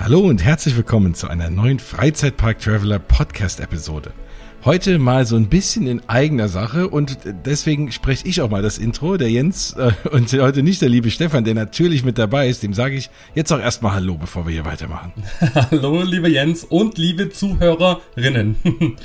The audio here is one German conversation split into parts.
Hallo und herzlich willkommen zu einer neuen Freizeitpark Traveler Podcast Episode. Heute mal so ein bisschen in eigener Sache und deswegen spreche ich auch mal das Intro, der Jens und heute nicht der liebe Stefan, der natürlich mit dabei ist. Dem sage ich jetzt auch erstmal Hallo, bevor wir hier weitermachen. Hallo, lieber Jens und liebe Zuhörerinnen.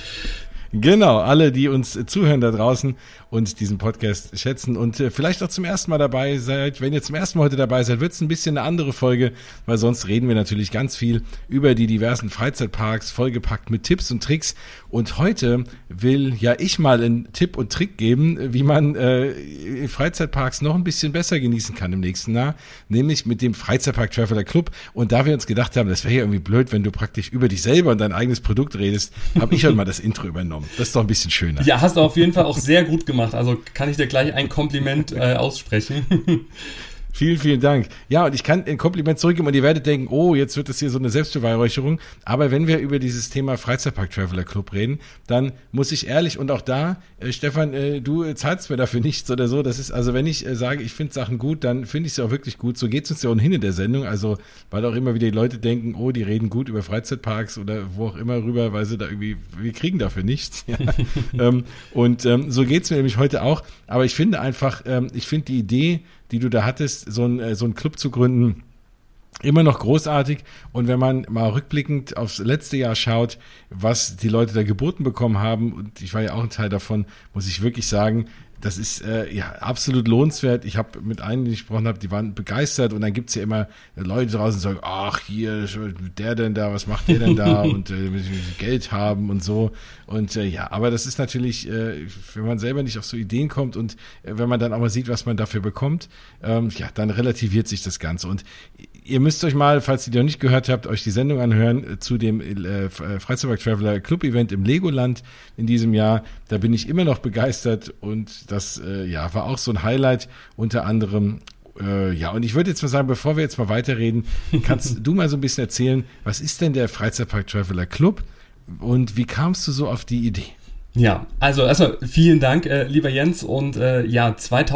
Genau, alle, die uns zuhören da draußen und diesen Podcast schätzen und vielleicht auch zum ersten Mal dabei seid. Wenn ihr zum ersten Mal heute dabei seid, wird es ein bisschen eine andere Folge, weil sonst reden wir natürlich ganz viel über die diversen Freizeitparks, vollgepackt mit Tipps und Tricks. Und heute will ja ich mal einen Tipp und Trick geben, wie man Freizeitparks noch ein bisschen besser genießen kann im nächsten Jahr, nämlich mit dem Freizeitpark Traveler Club. Und da wir uns gedacht haben, das wäre ja irgendwie blöd, wenn du praktisch über dich selber und dein eigenes Produkt redest, habe ich heute mal das Intro übernommen. Das ist doch ein bisschen schöner. Ja, hast du auf jeden Fall auch sehr gut gemacht. Also kann ich dir gleich ein Kompliment aussprechen. Vielen, vielen Dank. Ja, und ich kann ein Kompliment zurückgeben und ihr werdet denken, oh, jetzt wird das hier so eine Selbstbeweihräucherung. Aber wenn wir über dieses Thema Freizeitpark Traveler Club reden, dann muss ich ehrlich und auch da, Stefan, du zahlst mir dafür nichts oder so. Das ist, also wenn ich sage, ich finde Sachen gut, dann finde ich sie auch wirklich gut. So geht's uns ja ohnehin in der Sendung. Also, weil auch immer wieder die Leute denken, oh, die reden gut über Freizeitparks oder wo auch immer rüber, weil sie da irgendwie, wir kriegen dafür nichts. Ja. So geht's mir nämlich heute auch. Aber ich finde einfach, ich finde die Idee, die du da hattest, so einen Club zu gründen, immer noch großartig. Und wenn man mal rückblickend aufs letzte Jahr schaut, was die Leute da geboten bekommen haben, und ich war ja auch ein Teil davon, muss ich wirklich sagen, das ist ja absolut lohnenswert. Ich habe mit einigen, die ich gesprochen habe, die waren begeistert und dann gibt's ja immer Leute draußen, die sagen, ach hier, der denn da, was macht der denn da und Geld haben und so. Und ja, aber das ist natürlich, wenn man selber nicht auf so Ideen kommt und wenn man dann auch mal sieht, was man dafür bekommt, ja, dann relativiert sich das Ganze. Und ihr müsst euch mal, falls ihr die noch nicht gehört habt, euch die Sendung anhören zu dem Freizeitpark Traveler Club Event im Legoland in diesem Jahr. Da bin ich immer noch begeistert und das ja war auch so ein Highlight unter anderem. Ja, und ich würde jetzt mal sagen, bevor wir jetzt mal weiterreden, kannst du mal so ein bisschen erzählen, was ist denn der Freizeitpark Traveler Club und wie kamst du so auf die Idee? Ja, also erstmal vielen Dank, lieber Jens. Und ja,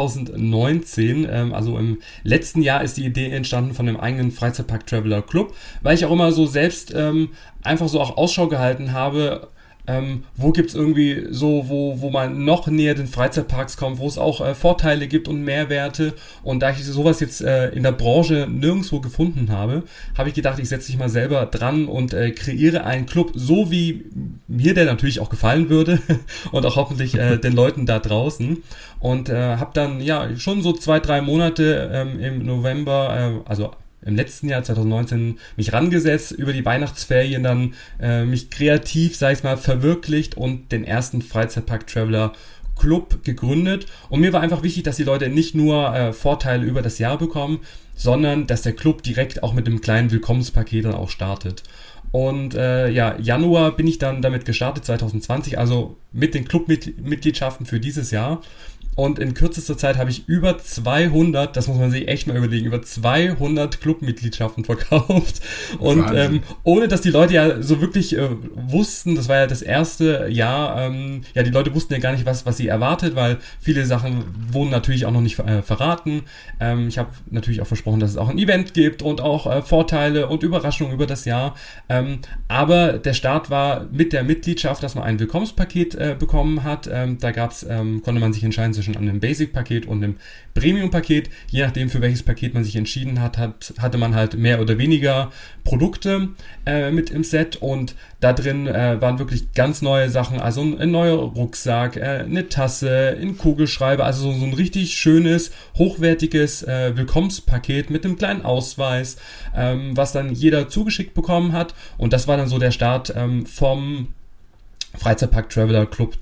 2019, also im letzten Jahr ist die Idee entstanden von dem eigenen Freizeitpark Traveler Club, weil ich auch immer so selbst einfach so auch Ausschau gehalten habe, wo gibt's irgendwie so, wo man noch näher den Freizeitparks kommt, wo es auch Vorteile gibt und Mehrwerte. Und da ich sowas jetzt in der Branche nirgendwo gefunden habe, habe ich gedacht, ich setze mich mal selber dran und kreiere einen Club, so wie mir der natürlich auch gefallen würde und auch hoffentlich den Leuten da draußen. Und habe dann ja schon so 2-3 Monate im November, also im letzten Jahr 2019 mich rangesetzt, über die Weihnachtsferien dann mich kreativ, sag ich mal, verwirklicht und den ersten Freizeitpark Traveler Club gegründet. Und mir war einfach wichtig, dass die Leute nicht nur Vorteile über das Jahr bekommen, sondern dass der Club direkt auch mit einem kleinen Willkommenspaket dann auch startet. Und ja, Januar bin ich dann damit gestartet, 2020, also mit den Clubmitgliedschaften für dieses Jahr. Und in kürzester Zeit habe ich über 200, das muss man sich echt mal überlegen, über 200 Clubmitgliedschaften verkauft. Und ohne, dass die Leute ja so wirklich wussten, das war ja das erste Jahr, ja, die Leute wussten ja gar nicht, was sie erwartet, weil viele Sachen wurden natürlich auch noch nicht verraten. Ich habe natürlich auch versprochen, dass es auch ein Event gibt und auch Vorteile und Überraschungen über das Jahr. Aber der Start war mit der Mitgliedschaft, dass man ein Willkommenspaket bekommen hat. Da konnte man sich entscheiden zwischen einem Basic-Paket und einem Premium-Paket. Je nachdem, für welches Paket man sich entschieden hat, hatte man halt mehr oder weniger Produkte mit im Set und da drin waren wirklich ganz neue Sachen, also ein neuer Rucksack, eine Tasse, ein Kugelschreiber, also so ein richtig schönes, hochwertiges Willkommenspaket mit einem kleinen Ausweis, was dann jeder zugeschickt bekommen hat und das war dann so der Start vom Freizeitpark Traveler Club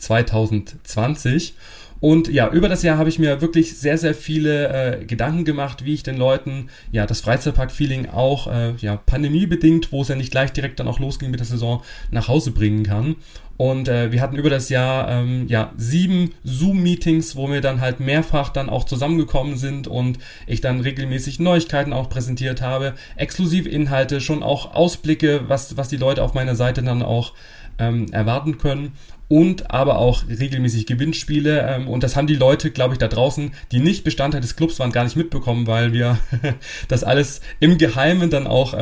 2020. Und ja, über das Jahr habe ich mir wirklich sehr, sehr viele Gedanken gemacht, wie ich den Leuten ja das Freizeitpark-Feeling auch ja pandemiebedingt, wo es ja nicht gleich direkt dann auch losging mit der Saison, nach Hause bringen kann. Und wir hatten über das Jahr 7 Zoom-Meetings, wo wir dann halt mehrfach dann auch zusammengekommen sind und ich dann regelmäßig Neuigkeiten auch präsentiert habe, exklusive Inhalte, schon auch Ausblicke, was die Leute auf meiner Seite dann auch erwarten können. und aber auch regelmäßig Gewinnspiele. Und das haben die Leute, glaube ich, da draußen, die nicht Bestandteil des Clubs waren, gar nicht mitbekommen, weil wir das alles im Geheimen dann auch,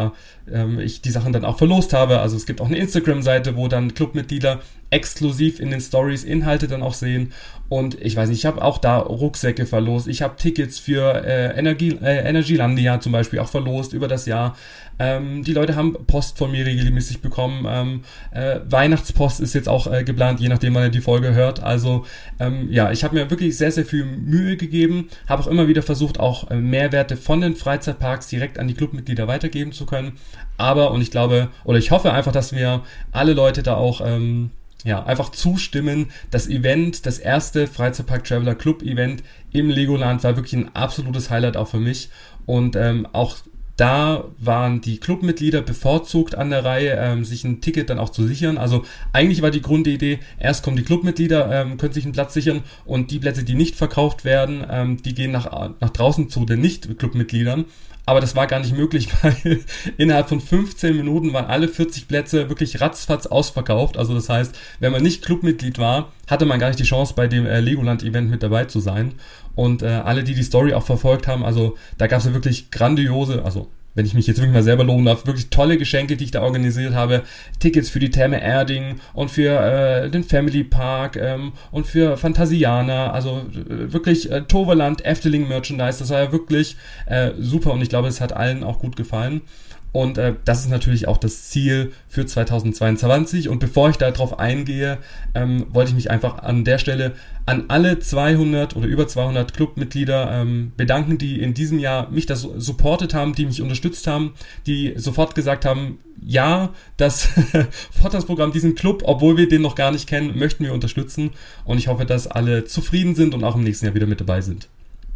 ich die Sachen dann auch verlost habe. Also es gibt auch eine Instagram-Seite, wo dann Clubmitglieder exklusiv in den Stories Inhalte dann auch sehen. Und ich weiß nicht, ich habe auch da Rucksäcke verlost. Ich habe Tickets für Energylandia zum Beispiel auch verlost über das Jahr. Die Leute haben Post von mir regelmäßig bekommen. Weihnachtspost ist jetzt auch geplant, je nachdem, wann ihr die Folge hört. Also ich habe mir wirklich sehr, sehr viel Mühe gegeben. Habe auch immer wieder versucht, auch Mehrwerte von den Freizeitparks direkt an die Clubmitglieder weitergeben zu können. Aber, und ich glaube, oder ich hoffe einfach, dass wir alle Leute da auch einfach zustimmen. Das Event, das erste Freizeitpark Traveler Club Event im Legoland war wirklich ein absolutes Highlight auch für mich. Und auch da waren die Clubmitglieder bevorzugt an der Reihe, sich ein Ticket dann auch zu sichern. Also eigentlich war die Grundidee, erst kommen die Clubmitglieder, können sich einen Platz sichern und die Plätze, die nicht verkauft werden, die gehen nach draußen zu den Nicht-Clubmitgliedern. Aber das war gar nicht möglich, weil innerhalb von 15 Minuten waren alle 40 Plätze wirklich ratzfatz ausverkauft. Also das heißt, wenn man nicht Clubmitglied war, hatte man gar nicht die Chance, bei dem Legoland-Event mit dabei zu sein. Und alle, die Story auch verfolgt haben, also da gab es ja wirklich grandiose, also wenn ich mich jetzt wirklich mal selber loben darf, wirklich tolle Geschenke, die ich da organisiert habe. Tickets für die Therme Erding und für den Family Park und für Phantasiana, also wirklich Toverland, Efteling Merchandise, das war ja wirklich super und ich glaube, es hat allen auch gut gefallen. Und das ist natürlich auch das Ziel für 2022. Und bevor ich darauf eingehe, wollte ich mich einfach an der Stelle an alle 200 oder über 200 Clubmitglieder bedanken, die in diesem Jahr mich das supportet haben, die mich unterstützt haben, die sofort gesagt haben, ja, das Vortragsprogramm, diesen Club, obwohl wir den noch gar nicht kennen, möchten wir unterstützen. Und ich hoffe, dass alle zufrieden sind und auch im nächsten Jahr wieder mit dabei sind.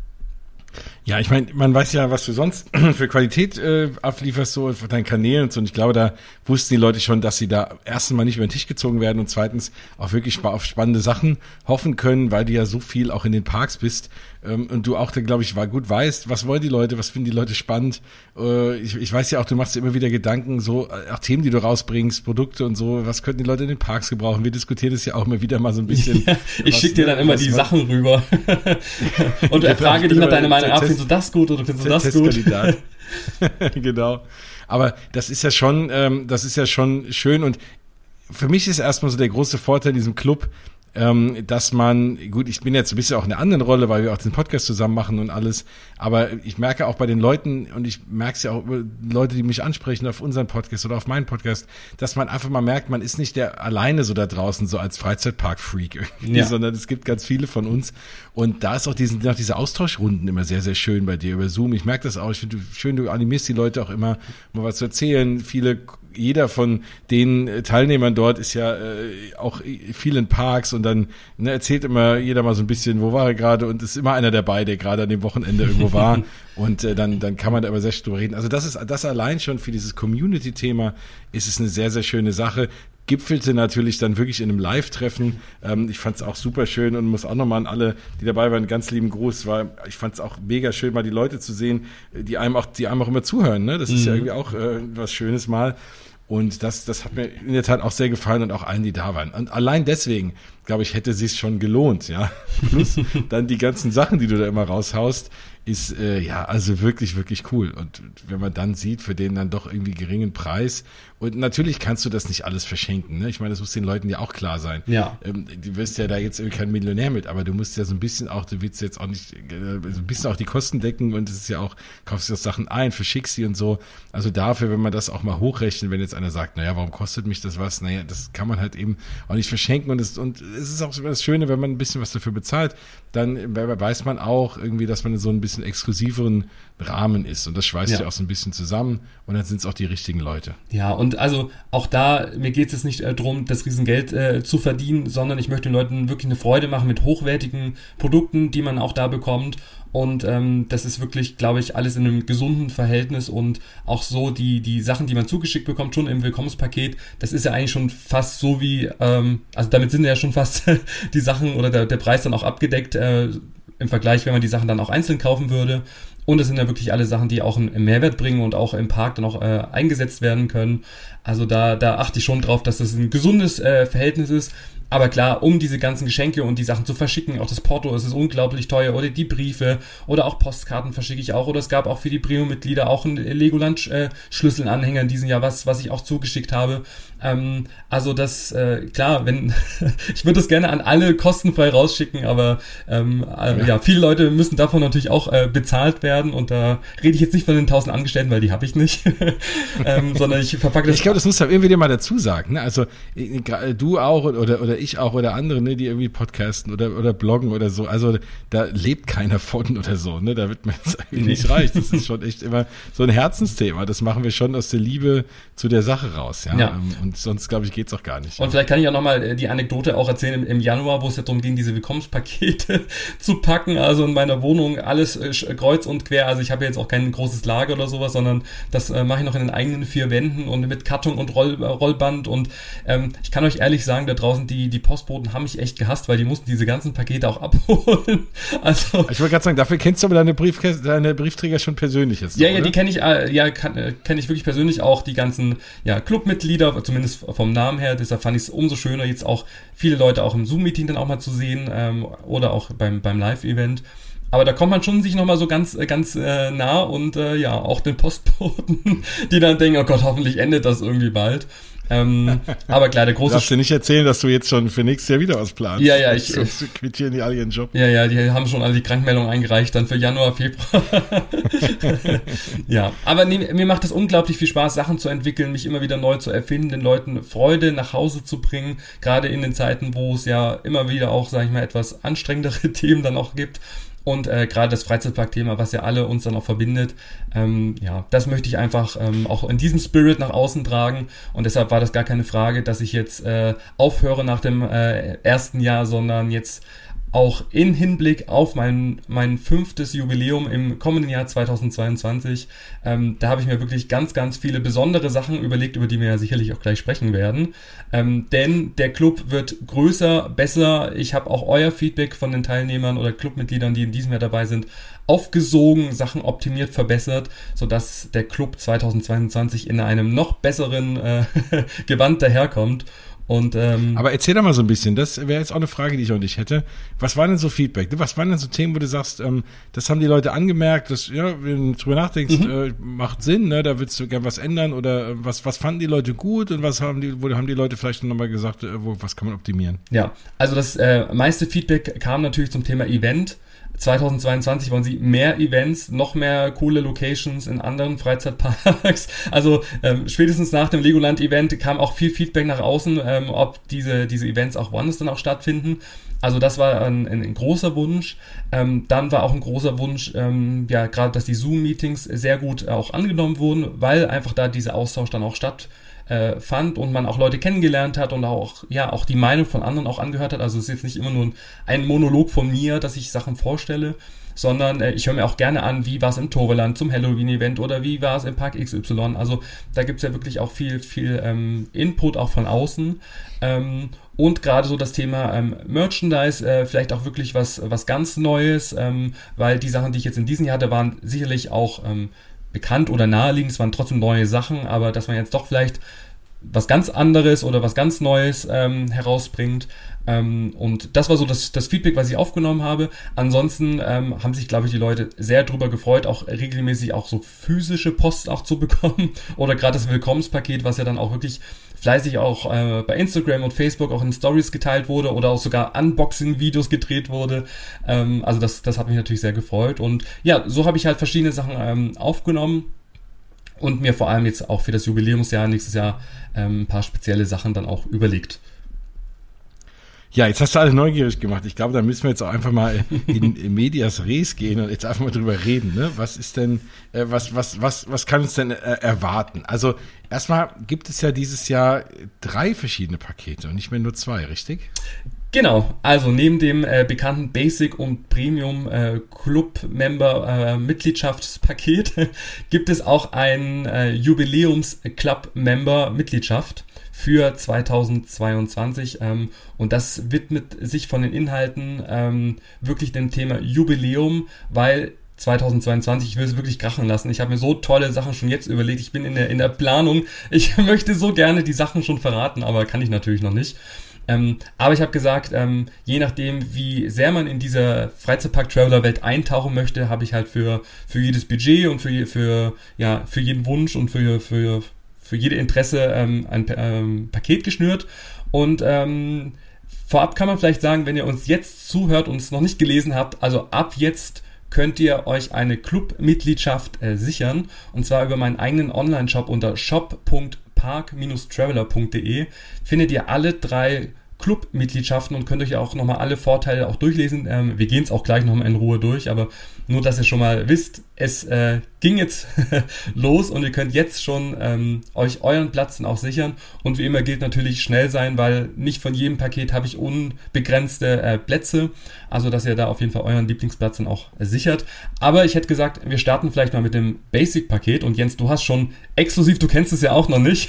Ja, ich meine, man weiß ja, was du sonst für Qualität ablieferst so auf deinen Kanälen und so. Und ich glaube, da wussten die Leute schon, dass sie da erstens mal nicht über den Tisch gezogen werden und zweitens auch wirklich auf spannende Sachen hoffen können, weil du ja so viel auch in den Parks bist und du auch, glaube ich, gut weißt, was wollen die Leute, was finden die Leute spannend. Ich weiß ja auch, du machst dir immer wieder Gedanken, so auch Themen, die du rausbringst, Produkte und so, was könnten die Leute in den Parks gebrauchen. Wir diskutieren das ja auch immer wieder mal so ein bisschen. Ja, ich schicke dir dann immer die Sachen rüber und frage dich nach deiner Meinung ab, findest du das gut oder findest du das gut? Genau. Aber das ist ja schon schön und für mich ist erstmal so der große Vorteil in diesem Club, dass man, gut, ich bin jetzt ein bisschen auch in einer anderen Rolle, weil wir auch den Podcast zusammen machen und alles, aber ich merke auch bei den Leuten, und ich merke es ja auch über Leute, die mich ansprechen auf unseren Podcast oder auf meinen Podcast, dass man einfach mal merkt, man ist nicht der alleine so da draußen, so als Freizeitpark-Freak irgendwie, ja, sondern es gibt ganz viele von uns und da ist auch diese Austauschrunden immer sehr, sehr schön bei dir über Zoom. Ich merke das auch, ich finde schön, du animierst die Leute auch immer, mal was zu erzählen. Jeder von den Teilnehmern dort ist ja auch viel in Parks und dann erzählt immer jeder mal so ein bisschen, wo war er gerade und ist immer einer dabei, der gerade an dem Wochenende irgendwo war und dann kann man da immer sehr schön drüber reden. Also das allein schon für dieses Community-Thema ist es eine sehr, sehr schöne Sache. Gipfelte natürlich dann wirklich in einem Live-Treffen. Ich fand es auch super schön und muss auch nochmal an alle, die dabei waren, einen ganz lieben Gruß. Ich fand es auch mega schön, mal die Leute zu sehen, die einem auch immer zuhören. Ne? Das ist ja irgendwie auch was Schönes mal. Und das hat mir in der Tat auch sehr gefallen und auch allen, die da waren. Und allein deswegen, glaube ich, hätte es sich schon gelohnt, ja. Plus dann die ganzen Sachen, die du da immer raushaust, ist also wirklich, wirklich cool. Und wenn man dann sieht, für den dann doch irgendwie geringen Preis. Und natürlich kannst du das nicht alles verschenken, ne? Ich meine, das muss den Leuten ja auch klar sein. Ja. Du wirst ja da jetzt irgendwie kein Millionär mit, aber du musst ja so ein bisschen auch, du willst jetzt auch nicht, so ein bisschen auch die Kosten decken und es ist ja auch, kaufst du Sachen ein, verschickst sie und so. Also dafür, wenn man das auch mal hochrechnet, wenn jetzt einer sagt, naja, warum kostet mich das was? Naja, das kann man halt eben auch nicht verschenken und es ist auch das Schöne, wenn man ein bisschen was dafür bezahlt, dann weiß man auch irgendwie, dass man in so ein bisschen exklusiveren Rahmen ist und das schweißt ja auch so ein bisschen zusammen und dann sind es auch die richtigen Leute. Ja, und also auch da, mir geht es jetzt nicht darum, das Riesengeld zu verdienen, sondern ich möchte den Leuten wirklich eine Freude machen mit hochwertigen Produkten, die man auch da bekommt. Und das ist wirklich, glaube ich, alles in einem gesunden Verhältnis und auch so die Sachen, die man zugeschickt bekommt, schon im Willkommenspaket, das ist ja eigentlich schon fast so wie, also damit sind ja schon fast die Sachen oder der Preis dann auch abgedeckt im Vergleich, wenn man die Sachen dann auch einzeln kaufen würde. Und es sind ja wirklich alle Sachen, die auch einen Mehrwert bringen und auch im Park dann auch eingesetzt werden können. Also da achte ich schon drauf, dass das ein gesundes Verhältnis ist. Aber klar, um diese ganzen Geschenke und die Sachen zu verschicken, auch das Porto ist unglaublich teuer oder die Briefe oder auch Postkarten verschicke ich auch. Oder es gab auch für die Premium-Mitglieder auch einen Legoland-Schlüsselanhänger in diesem Jahr, was ich auch zugeschickt habe. Also das, klar, ich würde das gerne an alle kostenfrei rausschicken, aber ja, viele Leute müssen davon natürlich auch bezahlt werden und da rede ich jetzt nicht von den 1000 Angestellten, weil die habe ich nicht, sondern ich verpacke das. Ich glaube, das muss ja irgendwie dir mal dazu sagen, ne? Also du auch oder ich auch oder andere, ne, die irgendwie podcasten oder bloggen oder so, also da lebt keiner von oder so, ne? Da wird man jetzt irgendwie nicht reich. Das ist schon echt immer so ein Herzensthema. Das machen wir schon aus der Liebe zu der Sache raus, ja. Und sonst, glaube ich, geht's auch gar nicht. Und vielleicht kann ich auch nochmal die Anekdote auch erzählen im Januar, wo es ja darum ging, diese Willkommenspakete zu packen. Also in meiner Wohnung alles kreuz und quer. Also ich habe jetzt auch kein großes Lager oder sowas, sondern das mache ich noch in den eigenen 4 Wänden und mit Karton und Rollband. Und ich kann euch ehrlich sagen, da draußen, die Postboten haben mich echt gehasst, weil die mussten diese ganzen Pakete auch abholen. Also ich wollte gerade sagen, dafür kennst du aber deine Briefträger schon persönlich jetzt. Ja, die kenne ich, kenne ich wirklich persönlich auch, die ganzen Clubmitglieder, zumindest vom Namen her, deshalb fand ich es umso schöner, jetzt auch viele Leute auch im Zoom-Meeting dann auch mal zu sehen oder auch beim Live-Event. Aber da kommt man schon sich nochmal so ganz nah und auch den Postboten, die dann denken, oh Gott, hoffentlich endet das irgendwie bald. Aber klar, der große... Du darfst dir nicht erzählen, dass du jetzt schon für nächstes Jahr wieder was planst. Ja, Sonst quittieren die alle ihren Job. Ja, die haben schon alle die Krankmeldung eingereicht, dann für Januar, Februar. Ja, aber mir macht es unglaublich viel Spaß, Sachen zu entwickeln, mich immer wieder neu zu erfinden, den Leuten Freude nach Hause zu bringen, gerade in den Zeiten, wo es ja immer wieder auch, sage ich mal, etwas anstrengendere Themen dann auch gibt. Und gerade das Freizeitpark-Thema, was ja alle uns dann auch verbindet, das möchte ich einfach auch in diesem Spirit nach außen tragen. Und deshalb war das gar keine Frage, dass ich jetzt aufhöre nach dem ersten Jahr, sondern jetzt auch in Hinblick auf mein 5. Jubiläum im kommenden Jahr 2022, da habe ich mir wirklich ganz, ganz viele besondere Sachen überlegt, über die wir ja sicherlich auch gleich sprechen werden. Denn der Club wird größer, besser. Ich habe auch euer Feedback von den Teilnehmern oder Clubmitgliedern, die in diesem Jahr dabei sind, aufgesogen, Sachen optimiert, verbessert, sodass der Club 2022 in einem noch besseren Gewand daherkommt. Und, aber erzähl doch mal so ein bisschen, das wäre jetzt auch eine Frage, die ich an dich hätte. Was war denn so Feedback? Was waren denn so Themen, wo du sagst, das haben die Leute angemerkt, dass, wenn du drüber nachdenkst, macht Sinn, ne, da willst du gern was ändern oder was fanden die Leute gut und was haben die Leute vielleicht nochmal gesagt, was kann man optimieren? Ja, also das meiste Feedback kam natürlich zum Thema Event. 2022 wollen sie mehr Events, noch mehr coole Locations in anderen Freizeitparks. Also spätestens nach dem Legoland-Event kam auch viel Feedback nach außen, ob diese Events auch woanders dann auch stattfinden. Also das war ein großer Wunsch. Dann war auch ein großer Wunsch, gerade, dass die Zoom-Meetings sehr gut auch angenommen wurden, weil einfach da dieser Austausch dann auch fand und man auch Leute kennengelernt hat und auch die Meinung von anderen auch angehört hat. Also es ist jetzt nicht immer nur ein Monolog von mir, dass ich Sachen vorstelle, sondern ich höre mir auch gerne an, wie war es im Toverland zum Halloween-Event oder wie war es im Park XY. Also da gibt es ja wirklich auch viel Input auch von außen. Und gerade so das Thema Merchandise, vielleicht auch wirklich was ganz Neues, weil die Sachen, die ich jetzt in diesem Jahr hatte, waren sicherlich auch bekannt oder naheliegend, es waren trotzdem neue Sachen, aber dass man jetzt doch vielleicht was ganz anderes oder was ganz Neues herausbringt. Und das war so das Feedback, was ich aufgenommen habe. Ansonsten haben sich, glaube ich, die Leute sehr drüber gefreut, auch regelmäßig auch so physische Post auch zu bekommen oder gerade das Willkommenspaket, was ja dann auch wirklich fleißig auch bei Instagram und Facebook auch in Stories geteilt wurde oder auch sogar Unboxing-Videos gedreht wurde. Also das hat mich natürlich sehr gefreut. Und ja, so habe ich halt verschiedene Sachen aufgenommen und mir vor allem jetzt auch für das Jubiläumsjahr nächstes Jahr ein paar spezielle Sachen dann auch überlegt. Ja, jetzt hast du alle neugierig gemacht. Ich glaube, da müssen wir jetzt auch einfach mal in medias res gehen und jetzt einfach mal drüber reden. Ne? Was ist denn, was kann uns denn erwarten? Also erstmal gibt es ja dieses Jahr 3 verschiedene Pakete und nicht mehr nur 2, richtig? Genau, also neben dem bekannten Basic und Premium Club-Member-Mitgliedschaftspaket gibt es auch ein Jubiläums-Club-Member-Mitgliedschaft für 2022 und das widmet sich von den Inhalten wirklich dem Thema Jubiläum, weil 2022. Ich will es wirklich krachen lassen. Ich habe mir so tolle Sachen schon jetzt überlegt. Ich bin in der Planung. Ich möchte so gerne die Sachen schon verraten, aber kann ich natürlich noch nicht. Aber ich habe gesagt, je nachdem, wie sehr man in dieser Freizeitpark-Traveler-Welt eintauchen möchte, habe ich halt für jedes Budget und für jeden Wunsch und für jede Interesse ein Paket geschnürt. Und vorab kann man vielleicht sagen, wenn ihr uns jetzt zuhört und es noch nicht gelesen habt, also ab jetzt könnt ihr euch eine Clubmitgliedschaft sichern, und zwar über meinen eigenen Online-Shop unter shop.park-traveler.de findet ihr alle 3 Clubmitgliedschaften und könnt euch auch nochmal alle Vorteile auch durchlesen. Wir gehen es auch gleich nochmal in Ruhe durch, aber nur, dass ihr schon mal wisst, es ging jetzt los und ihr könnt jetzt schon euch euren Platz dann auch sichern. Und wie immer gilt natürlich schnell sein, weil nicht von jedem Paket habe ich unbegrenzte Plätze. Also, dass ihr da auf jeden Fall euren Lieblingsplatz dann auch sichert. Aber ich hätte gesagt, wir starten vielleicht mal mit dem Basic-Paket. Und Jens, du hast schon exklusiv, du kennst es ja auch noch nicht,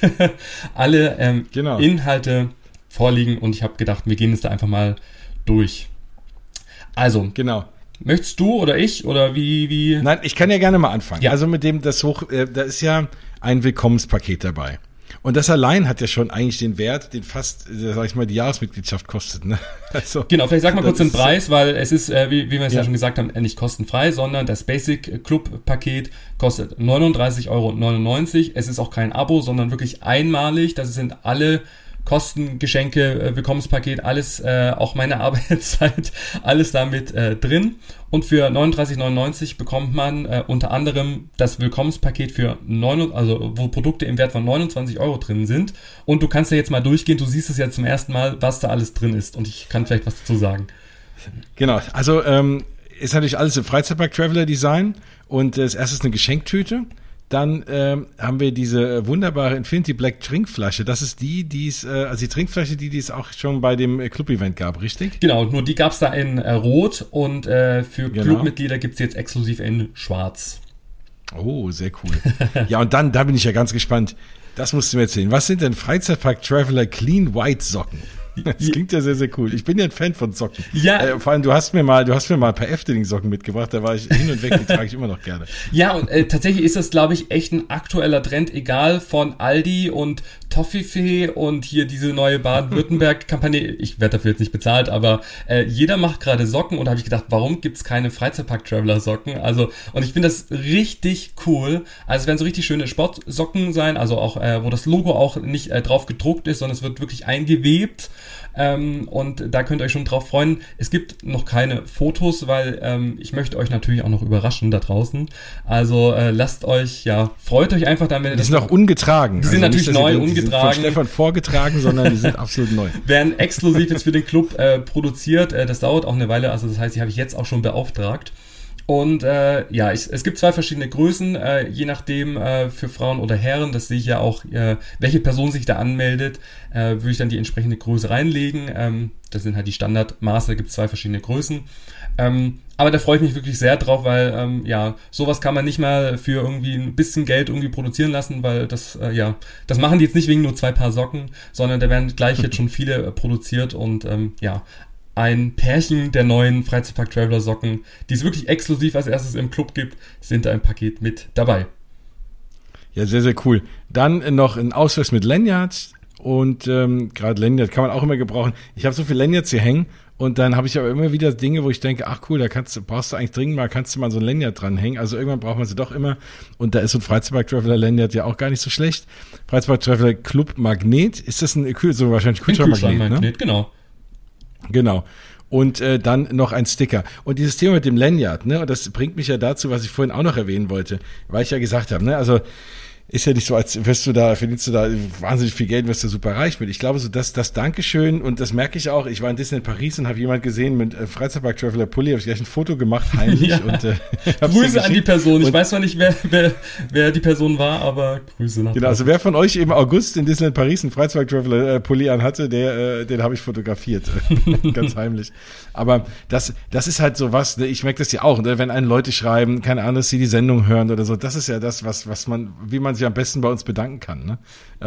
alle genau. Inhalte vorliegen, und ich habe gedacht, wir gehen es da einfach mal durch. Also, genau. Möchtest du oder ich oder wie? Nein, ich kann ja gerne mal anfangen. Ja. Also mit dem, da ist ja ein Willkommenspaket dabei. Und das allein hat ja schon eigentlich den Wert, den fast, sag ich mal, die Jahresmitgliedschaft kostet. Ne? Also, genau, vielleicht sag mal kurz den Preis, weil es ist, wie wir es ja schon gesagt haben, nicht kostenfrei, sondern das Basic Club Paket kostet 39,99 €. Es ist auch kein Abo, sondern wirklich einmalig. Das sind alle Kosten, Geschenke, Willkommenspaket, alles, auch meine Arbeitszeit, alles damit drin. Und für 39,99 € bekommt man unter anderem das Willkommenspaket wo Produkte im Wert von 29 € drin sind. Und du kannst ja jetzt mal durchgehen, du siehst es ja zum ersten Mal, was da alles drin ist. Und ich kann vielleicht was dazu sagen. Genau, also ist natürlich alles im Freizeitpark-Traveler-Design. Und das erste ist eine Geschenktüte. Dann haben wir diese wunderbare Infinity Black Trinkflasche. Das ist die Trinkflasche, die es auch schon bei dem Club-Event gab, richtig? Genau, nur die gab es da in Rot und für Clubmitglieder gibt es jetzt exklusiv in Schwarz. Oh, sehr cool. Ja, und dann, da bin ich ja ganz gespannt. Das musst du mir erzählen. Was sind denn Freizeitpark Traveler Clean White Socken? Das klingt ja sehr, sehr cool. Ich bin ja ein Fan von Socken. Ja. Vor allem, du hast mir mal ein paar Efteling-Socken mitgebracht, da war ich hin und weg, die trage ich immer noch gerne. Ja, und tatsächlich ist das, glaube ich, echt ein aktueller Trend, egal von Aldi und Toffifee und hier diese neue Baden-Württemberg-Kampagne. Ich werde dafür jetzt nicht bezahlt, aber jeder macht gerade Socken, und da habe ich gedacht, warum gibt's keine Freizeitpark-Traveler-Socken? Also, und ich finde das richtig cool. Also es werden so richtig schöne Sportsocken sein, also auch, wo das Logo auch nicht drauf gedruckt ist, sondern es wird wirklich eingewebt. Und da könnt ihr euch schon drauf freuen. Es gibt noch keine Fotos, weil ich möchte euch natürlich auch noch überraschen da draußen. Also freut euch einfach damit. Die sind auch ungetragen. Die sind natürlich neu, ungetragen. Die sind von Stefan vorgetragen, sondern die sind absolut neu. Werden exklusiv jetzt für den Club produziert. Das dauert auch eine Weile, also das heißt, die habe ich jetzt auch schon beauftragt. Und es gibt 2 verschiedene Größen, je nachdem für Frauen oder Herren, das sehe ich ja auch, welche Person sich da anmeldet, würde ich dann die entsprechende Größe reinlegen. Das sind halt die Standardmaße, da gibt es 2 verschiedene Größen. Aber da freue ich mich wirklich sehr drauf, weil sowas kann man nicht mal für irgendwie ein bisschen Geld irgendwie produzieren lassen, weil das machen die jetzt nicht wegen nur 2 Paar Socken, sondern da werden gleich jetzt schon viele produziert und ein Pärchen der neuen Freizeitpark Traveler Socken, die es wirklich exklusiv als erstes im Club gibt, sind da im Paket mit dabei. Ja, sehr, sehr cool. Dann noch ein Ausweis mit Lanyards, und gerade Lanyard kann man auch immer gebrauchen. Ich habe so viele Lanyards hier hängen, und dann habe ich aber immer wieder Dinge, wo ich denke, ach cool, brauchst du eigentlich dringend mal, kannst du mal so ein Lanyard dranhängen. Also irgendwann braucht man sie doch immer, und da ist so ein Freizeitpark Traveler Lanyard ja auch gar nicht so schlecht. Freizeitpark Traveler Club Magnet, ist das so wahrscheinlich Kühlschrankmagnet, ne? Genau. Genau. Und dann noch ein Sticker. Und dieses Thema mit dem Lanyard, ne, und das bringt mich ja dazu, was ich vorhin auch noch erwähnen wollte, weil ich ja gesagt habe, ne, also ist ja nicht so, als verdienst du da wahnsinnig viel Geld, wirst du super reich mit. Ich glaube, so das Dankeschön, und das merke ich auch, ich war in Disneyland Paris und habe jemand gesehen mit Freizeitpark Traveler Pulli, habe ich gleich ein Foto gemacht, heimlich. Ja. Und Grüße an die Person. Ich weiß zwar nicht, wer die Person war, aber Grüße nach. Genau, also wer von euch im August in Disneyland Paris einen Freizeitpark Traveler Pulli anhatte, den habe ich fotografiert. Ganz heimlich. Aber das ist halt so was, ne? Ich merke das ja auch, ne? Wenn einen Leute schreiben, keine Ahnung, dass sie die Sendung hören oder so, das ist ja das, wie man sich am besten bei uns bedanken kann, ne?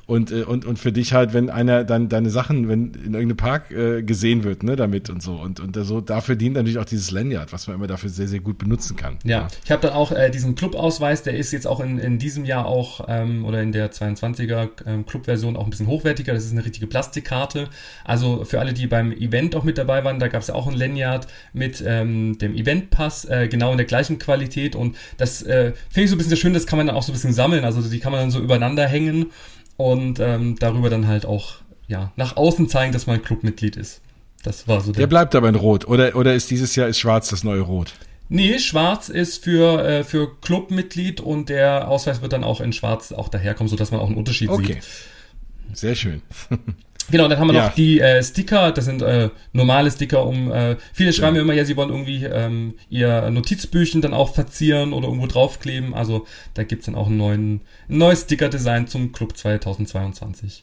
und für dich halt, wenn einer dann deine Sachen, wenn in irgendeinem Park gesehen wird, ne, damit und so. Und so, dafür dient natürlich auch dieses Lanyard, was man immer dafür sehr, sehr gut benutzen kann. Ja, ich habe dann auch diesen Clubausweis, der ist jetzt auch in diesem Jahr auch, oder in der 22er Club-Version auch ein bisschen hochwertiger. Das ist eine richtige Plastikkarte. Also für alle, die beim Event auch mit dabei waren, da gab es ja auch ein Lanyard mit dem Eventpass, genau in der gleichen Qualität. Und das finde ich so ein bisschen schön, das kann man dann auch so ein bisschen sammeln. Also die kann man dann so übereinander hängen und darüber dann halt auch nach außen zeigen, dass man Clubmitglied ist. Das war so der bleibt aber in Rot. Oder ist dieses Jahr schwarz das neue Rot? Nee, schwarz ist für Clubmitglied und der Ausweis wird dann auch in schwarz auch daherkommen, sodass man auch einen Unterschied sieht. Okay, sehr schön. Genau, dann haben wir noch die Sticker, das sind normale Sticker, viele schreiben mir immer, ja, sie wollen irgendwie ihr Notizbüchchen dann auch verzieren oder irgendwo draufkleben, also da gibt's dann auch ein neues Sticker-Design zum Club 2022.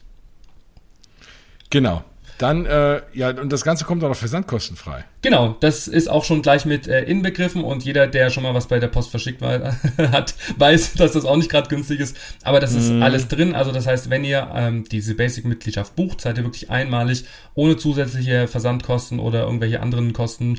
Genau. Dann, und das Ganze kommt auch noch versandkostenfrei. Genau, das ist auch schon gleich mit inbegriffen und jeder, der schon mal was bei der Post verschickt hat, weiß, dass das auch nicht gerade günstig ist, aber das ist alles drin, also das heißt, wenn ihr diese Basic-Mitgliedschaft bucht, seid ihr wirklich einmalig, ohne zusätzliche Versandkosten oder irgendwelche anderen Kosten,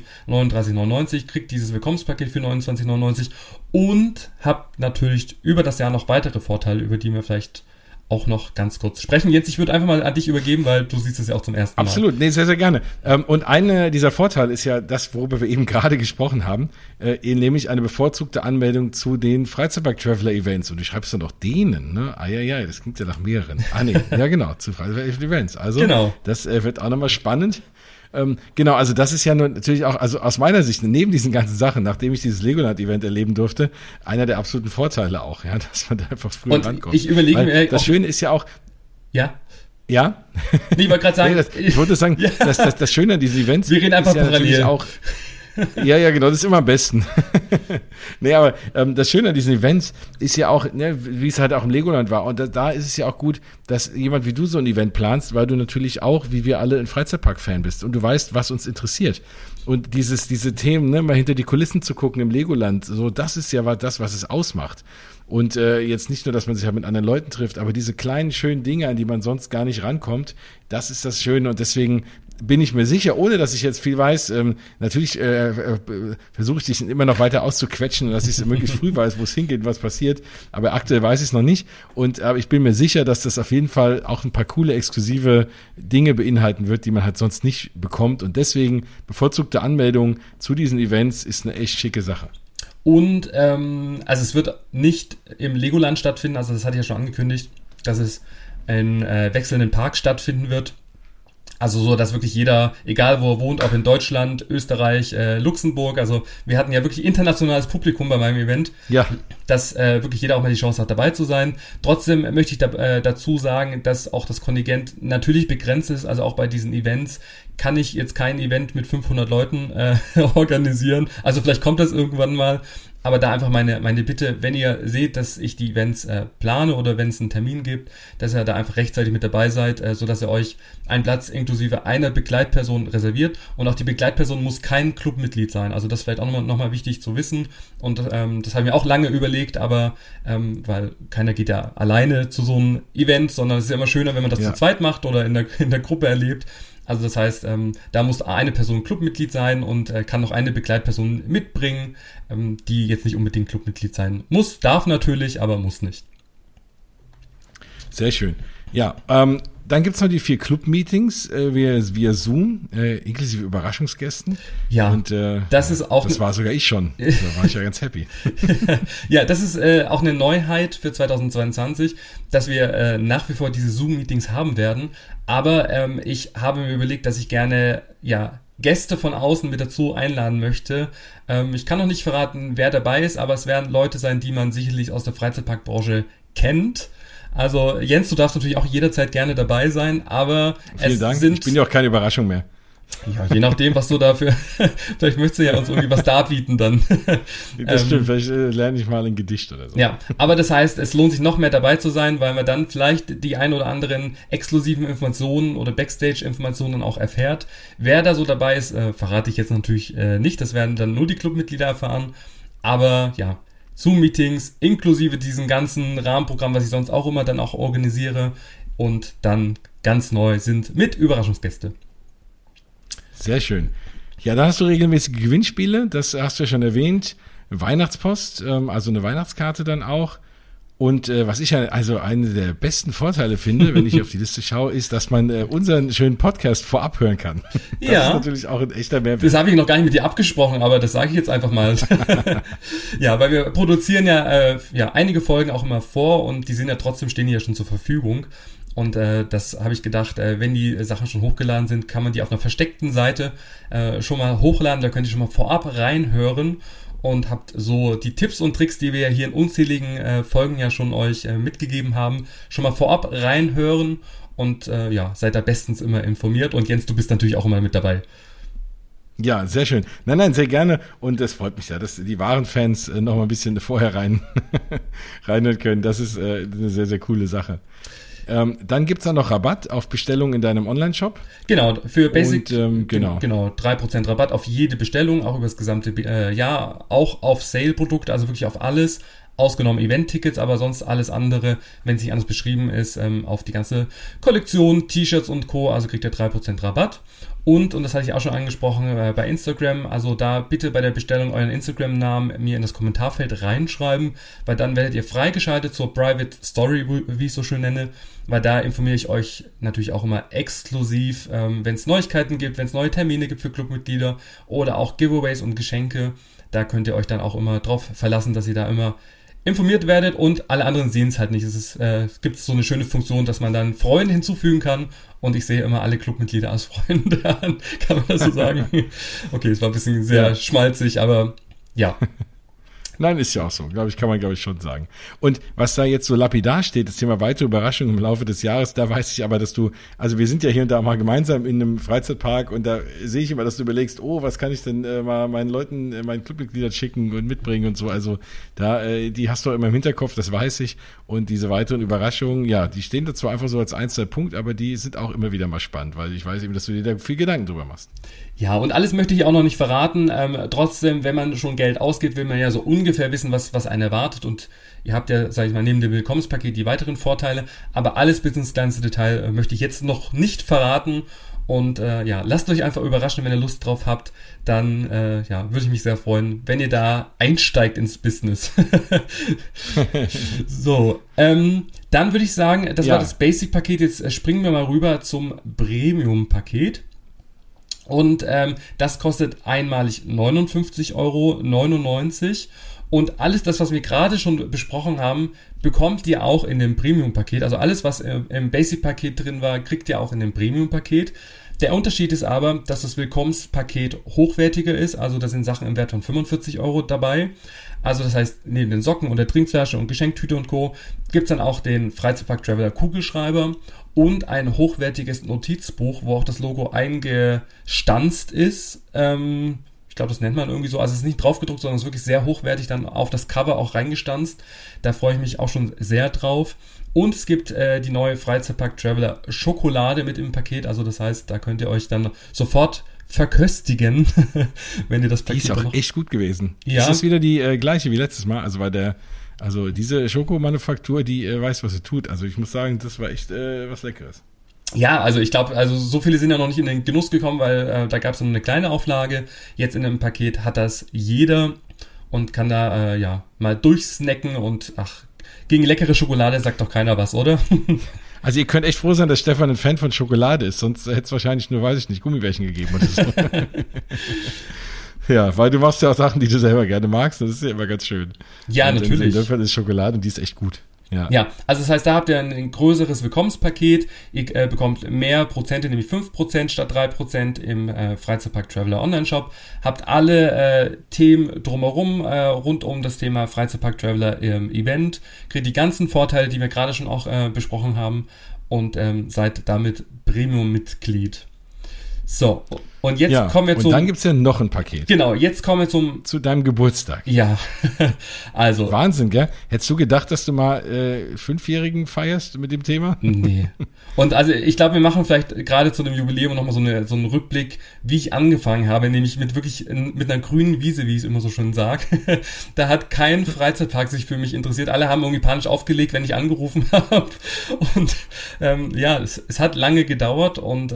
39,99, kriegt dieses Willkommenspaket für 29,99 und habt natürlich über das Jahr noch weitere Vorteile, über die wir vielleicht auch noch ganz kurz sprechen. Jens, ich würde einfach mal an dich übergeben, weil du siehst es ja auch zum ersten Mal. Absolut, nee, sehr, sehr gerne. Und einer dieser Vorteile ist ja das, worüber wir eben gerade gesprochen haben, nämlich eine bevorzugte Anmeldung zu den Freizeitpark-Traveler-Events. Und du schreibst dann auch denen, ne? Das klingt ja nach mehreren. Ja genau, zu Freizeitpark-Events. Also, genau. Das wird auch nochmal spannend. Genau, also das ist ja nur natürlich auch, also aus meiner Sicht, neben diesen ganzen Sachen, nachdem ich dieses Legoland-Event erleben durfte, einer der absoluten Vorteile auch, ja, dass man da einfach früher rankommt. Ich überlege mir... Das Schöne ist ja auch... Ja? Ja? Nee, ich wollte gerade sagen... ich wollte sagen, das Schöne an diesen Events... Wir reden einfach ist ja parallel. Auch, ja, genau, das ist immer am besten. Nee, aber das Schöne an diesen Events ist ja auch, ne, wie es halt auch im Legoland war. Und da ist es ja auch gut, dass jemand wie du so ein Event planst, weil du natürlich auch, wie wir alle, ein Freizeitpark-Fan bist und du weißt, was uns interessiert. Und diese Themen, ne, mal hinter die Kulissen zu gucken im Legoland, so, das ist ja das, was es ausmacht. Und jetzt nicht nur, dass man sich halt mit anderen Leuten trifft, aber diese kleinen, schönen Dinge, an die man sonst gar nicht rankommt, das ist das Schöne. Und deswegen bin ich mir sicher, ohne dass ich jetzt viel weiß, natürlich versuche ich dich immer noch weiter auszuquetschen, dass ich möglichst früh weiß, wo es hingeht, was passiert. Aber aktuell weiß ich es noch nicht. Aber ich bin mir sicher, dass das auf jeden Fall auch ein paar coole, exklusive Dinge beinhalten wird, die man halt sonst nicht bekommt. Und deswegen bevorzugte Anmeldung zu diesen Events ist eine echt schicke Sache. Und also es wird nicht im Legoland stattfinden, also das hatte ich ja schon angekündigt, dass es in wechselnden Parks stattfinden wird. Also so, dass wirklich jeder, egal wo er wohnt, ob in Deutschland, Österreich, Luxemburg, also wir hatten ja wirklich internationales Publikum bei meinem Event, ja, dass wirklich jeder auch mal die Chance hat, dabei zu sein. Trotzdem möchte ich dazu sagen, dass auch das Kontingent natürlich begrenzt ist, also auch bei diesen Events kann ich jetzt kein Event mit 500 Leuten organisieren, also vielleicht kommt das irgendwann mal. Aber da einfach meine Bitte, wenn ihr seht, dass ich die Events plane oder wenn es einen Termin gibt, dass ihr da einfach rechtzeitig mit dabei seid, sodass ihr euch einen Platz inklusive einer Begleitperson reserviert. Und auch die Begleitperson muss kein Clubmitglied sein. Also das ist vielleicht auch nochmal wichtig zu wissen. Und das habe ich mir auch lange überlegt, aber weil keiner geht ja alleine zu so einem Event, sondern es ist ja immer schöner, wenn man das zu zweit macht oder in der Gruppe erlebt. Also das heißt, da muss eine Person Clubmitglied sein und kann noch eine Begleitperson mitbringen, die jetzt nicht unbedingt Clubmitglied sein muss. Darf natürlich, aber muss nicht. Sehr schön. Ja, dann gibt's noch die 4 Club-Meetings via Zoom, inklusive Überraschungsgästen. Ja, und das war sogar ich schon. Da war ich ja ganz happy. Ja, das ist auch eine Neuheit für 2022, dass wir nach wie vor diese Zoom-Meetings haben werden. Aber ich habe mir überlegt, dass ich gerne Gäste von außen mit dazu einladen möchte. Ich kann noch nicht verraten, wer dabei ist, aber es werden Leute sein, die man sicherlich aus der Freizeitparkbranche kennt. Also Jens, du darfst natürlich auch jederzeit gerne dabei sein, aber vielen Dank. Ich bin ja auch keine Überraschung mehr. Ja, je nachdem, was du dafür, vielleicht möchtest du ja uns irgendwie was darbieten dann. Das stimmt, vielleicht lerne ich mal ein Gedicht oder so. Ja, aber das heißt, es lohnt sich noch mehr dabei zu sein, weil man dann vielleicht die ein oder anderen exklusiven Informationen oder Backstage-Informationen auch erfährt. Wer da so dabei ist, verrate ich jetzt natürlich nicht, das werden dann nur die Clubmitglieder erfahren, aber ja, Zoom-Meetings inklusive diesem ganzen Rahmenprogramm, was ich sonst auch immer dann auch organisiere, und dann ganz neu sind mit Überraschungsgäste. Sehr schön. Ja, da hast du regelmäßige Gewinnspiele, das hast du ja schon erwähnt. Weihnachtspost, also eine Weihnachtskarte dann auch. Und was ich ja also einen der besten Vorteile finde, wenn ich auf die Liste schaue, ist, dass man unseren schönen Podcast vorab hören kann. Das ist natürlich auch ein echter Mehrwert. Das habe ich noch gar nicht mit dir abgesprochen, aber das sage ich jetzt einfach mal. Ja, weil wir produzieren ja einige Folgen auch immer vor und die sind ja trotzdem, stehen die ja schon zur Verfügung. Und das habe ich gedacht, wenn die Sachen schon hochgeladen sind, kann man die auf einer versteckten Seite schon mal hochladen. Da könnt ihr schon mal vorab reinhören und habt so die Tipps und Tricks, die wir ja hier in unzähligen Folgen ja schon euch mitgegeben haben, schon mal vorab reinhören und seid da bestens immer informiert. Und Jens, du bist natürlich auch immer mit dabei. Ja, sehr schön. Nein, sehr gerne. Und das freut mich ja, dass die wahren Fans noch mal ein bisschen vorher reinhören können. Das ist eine sehr, sehr coole Sache. Dann gibt's da noch Rabatt auf Bestellung in deinem Online-Shop. Genau, für Basic, und, genau, 3% Rabatt auf jede Bestellung, auch über das gesamte Jahr, auch auf Sale-Produkte, also wirklich auf alles, ausgenommen Event-Tickets, aber sonst alles andere, wenn es nicht anders beschrieben ist, auf die ganze Kollektion, T-Shirts und Co., also kriegt ihr 3% Rabatt. Und das hatte ich auch schon angesprochen, bei Instagram, also da bitte bei der Bestellung euren Instagram-Namen mir in das Kommentarfeld reinschreiben, weil dann werdet ihr freigeschaltet zur Private Story, wie ich es so schön nenne, weil da informiere ich euch natürlich auch immer exklusiv, wenn es Neuigkeiten gibt, wenn es neue Termine gibt für Clubmitglieder oder auch Giveaways und Geschenke, da könnt ihr euch dann auch immer drauf verlassen, dass ihr da immer informiert werdet und alle anderen sehen es halt nicht. Es gibt so eine schöne Funktion, dass man dann Freunde hinzufügen kann und ich sehe immer alle Clubmitglieder als Freunde an, kann man das so sagen? Okay, es war ein bisschen sehr schmalzig, aber ja. Nein, ist ja auch so, kann man schon sagen. Und was da jetzt so lapidar steht, das Thema weitere Überraschungen im Laufe des Jahres, da weiß ich aber, dass du, also wir sind ja hier und da mal gemeinsam in einem Freizeitpark und da sehe ich immer, dass du überlegst, was kann ich denn mal meinen Leuten, meinen Clubmitgliedern schicken und mitbringen und so, also da, die hast du immer im Hinterkopf, das weiß ich, und diese weiteren Überraschungen, ja, die stehen da zwar einfach so als einzelner Punkt, aber die sind auch immer wieder mal spannend, weil ich weiß eben, dass du dir da viel Gedanken drüber machst. Ja, und alles möchte ich auch noch nicht verraten. Trotzdem, wenn man schon Geld ausgibt, will man ja so ungefähr wissen, was einen erwartet. Und ihr habt ja, sage ich mal, neben dem Willkommenspaket die weiteren Vorteile. Aber alles bis ins kleinste Detail möchte ich jetzt noch nicht verraten. Und lasst euch einfach überraschen, wenn ihr Lust drauf habt. Dann würde ich mich sehr freuen, wenn ihr da einsteigt ins Business. So, dann würde ich sagen, das war das Basic-Paket. Jetzt springen wir mal rüber zum Premium-Paket. Und das kostet einmalig 59,99 € und alles das, was wir gerade schon besprochen haben, bekommt ihr auch in dem Premium-Paket. Also alles, was im Basic-Paket drin war, kriegt ihr auch in dem Premium-Paket. Der Unterschied ist aber, dass das Willkommenspaket hochwertiger ist, also da sind Sachen im Wert von 45 € dabei. Also das heißt, neben den Socken und der Trinkflasche und Geschenktüte und Co. gibt's dann auch den Freizeitpark Traveler Kugelschreiber und ein hochwertiges Notizbuch, wo auch das Logo eingestanzt ist. Ich glaube, das nennt man irgendwie so. Also es ist nicht draufgedruckt, sondern es ist wirklich sehr hochwertig dann auf das Cover auch reingestanzt. Da freue ich mich auch schon sehr drauf. Und es gibt die neue Freizeitpark Traveler Schokolade mit im Paket. Also das heißt, da könnt ihr euch dann sofort verköstigen, wenn ihr das Paket. Die ist auch echt gut gewesen. Ja. Ist das wieder die gleiche wie letztes Mal? Also diese Schokomanufaktur, die weiß, was sie tut. Also ich muss sagen, das war echt was Leckeres. Ja, also ich glaube, so viele sind ja noch nicht in den Genuss gekommen, weil da gab es nur eine kleine Auflage. Jetzt in einem Paket hat das jeder und kann da mal durchsnacken und gegen leckere Schokolade sagt doch keiner was, oder? Also ihr könnt echt froh sein, dass Stefan ein Fan von Schokolade ist, sonst hätte es wahrscheinlich nur, weiß ich nicht, Gummibärchen gegeben oder so. Ja, weil du machst ja auch Sachen, die du selber gerne magst, das ist ja immer ganz schön. Ja, und natürlich. In dem Fall ist Schokolade und die ist echt gut. Ja, also das heißt, da habt ihr ein größeres Willkommenspaket, ihr bekommt mehr Prozente, nämlich 5% statt 3% im Freizeitpark Traveler Online-Shop, habt alle Themen drumherum rund um das Thema Freizeitpark Traveler im Event, kriegt die ganzen Vorteile, die wir gerade schon auch besprochen haben und seid damit Premium-Mitglied. So, Und jetzt kommen wir und dann gibt's ja noch ein Paket. Genau, jetzt kommen wir zu deinem Geburtstag. Ja, also. Wahnsinn, gell? Hättest du gedacht, dass du mal 5-Jährigen feierst mit dem Thema? Nee. Und also ich glaube, wir machen vielleicht gerade zu dem Jubiläum nochmal so einen Rückblick, wie ich angefangen habe, nämlich mit einer grünen Wiese, wie ich es immer so schön sage. Da hat kein Freizeitpark sich für mich interessiert. Alle haben irgendwie panisch aufgelegt, wenn ich angerufen habe. Und es hat lange gedauert und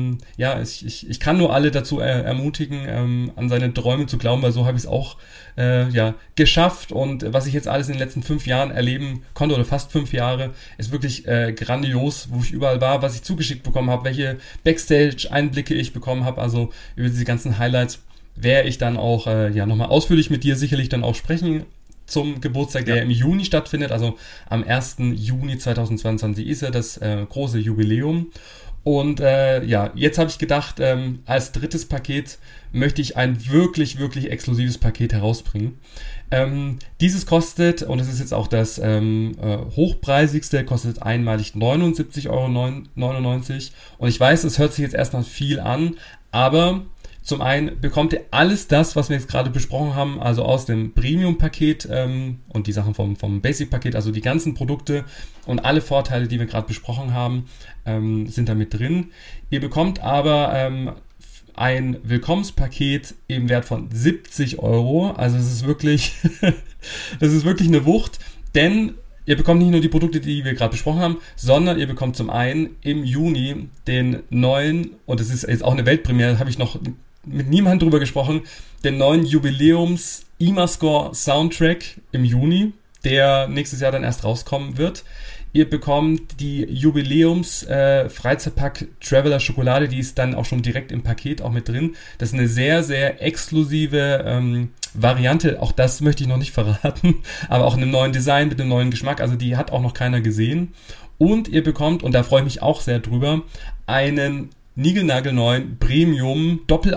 ich kann nur alle dazu ermutigen, an seine Träume zu glauben, weil so habe ich es auch geschafft. Und was ich jetzt alles in den letzten 5 Jahren erleben konnte, oder fast 5 Jahre, ist wirklich grandios, wo ich überall war, was ich zugeschickt bekommen habe, welche Backstage-Einblicke ich bekommen habe, also über diese ganzen Highlights werde ich dann auch nochmal ausführlich mit dir sicherlich dann auch sprechen zum Geburtstag, der im Juni stattfindet, also am 1. Juni 2022 ist ja das große Jubiläum. Und jetzt habe ich gedacht, als drittes Paket möchte ich ein wirklich, wirklich exklusives Paket herausbringen. Dieses kostet, und es ist jetzt auch das hochpreisigste, kostet einmalig 79,99 €. Und ich weiß, es hört sich jetzt erstmal viel an, aber zum einen bekommt ihr alles das, was wir jetzt gerade besprochen haben, also aus dem Premium-Paket und die Sachen vom Basic-Paket, also die ganzen Produkte und alle Vorteile, die wir gerade besprochen haben, sind da mit drin. Ihr bekommt aber ein Willkommenspaket im Wert von 70 €. Also es ist wirklich, das ist wirklich eine Wucht, denn ihr bekommt nicht nur die Produkte, die wir gerade besprochen haben, sondern ihr bekommt zum einen im Juni den neuen, und das ist jetzt auch eine Weltpremiere, habe ich noch mit niemandem drüber gesprochen, den neuen Jubiläums IMAScore Soundtrack im Juni, der nächstes Jahr dann erst rauskommen wird. Ihr bekommt die Jubiläums Freizeitpark Traveler Schokolade, die ist dann auch schon direkt im Paket auch mit drin. Das ist eine sehr, sehr exklusive Variante, auch das möchte ich noch nicht verraten, aber auch in einem neuen Design mit einem neuen Geschmack, also die hat auch noch keiner gesehen. Und ihr bekommt, und da freue ich mich auch sehr drüber, einen niegelnagelneuen Premium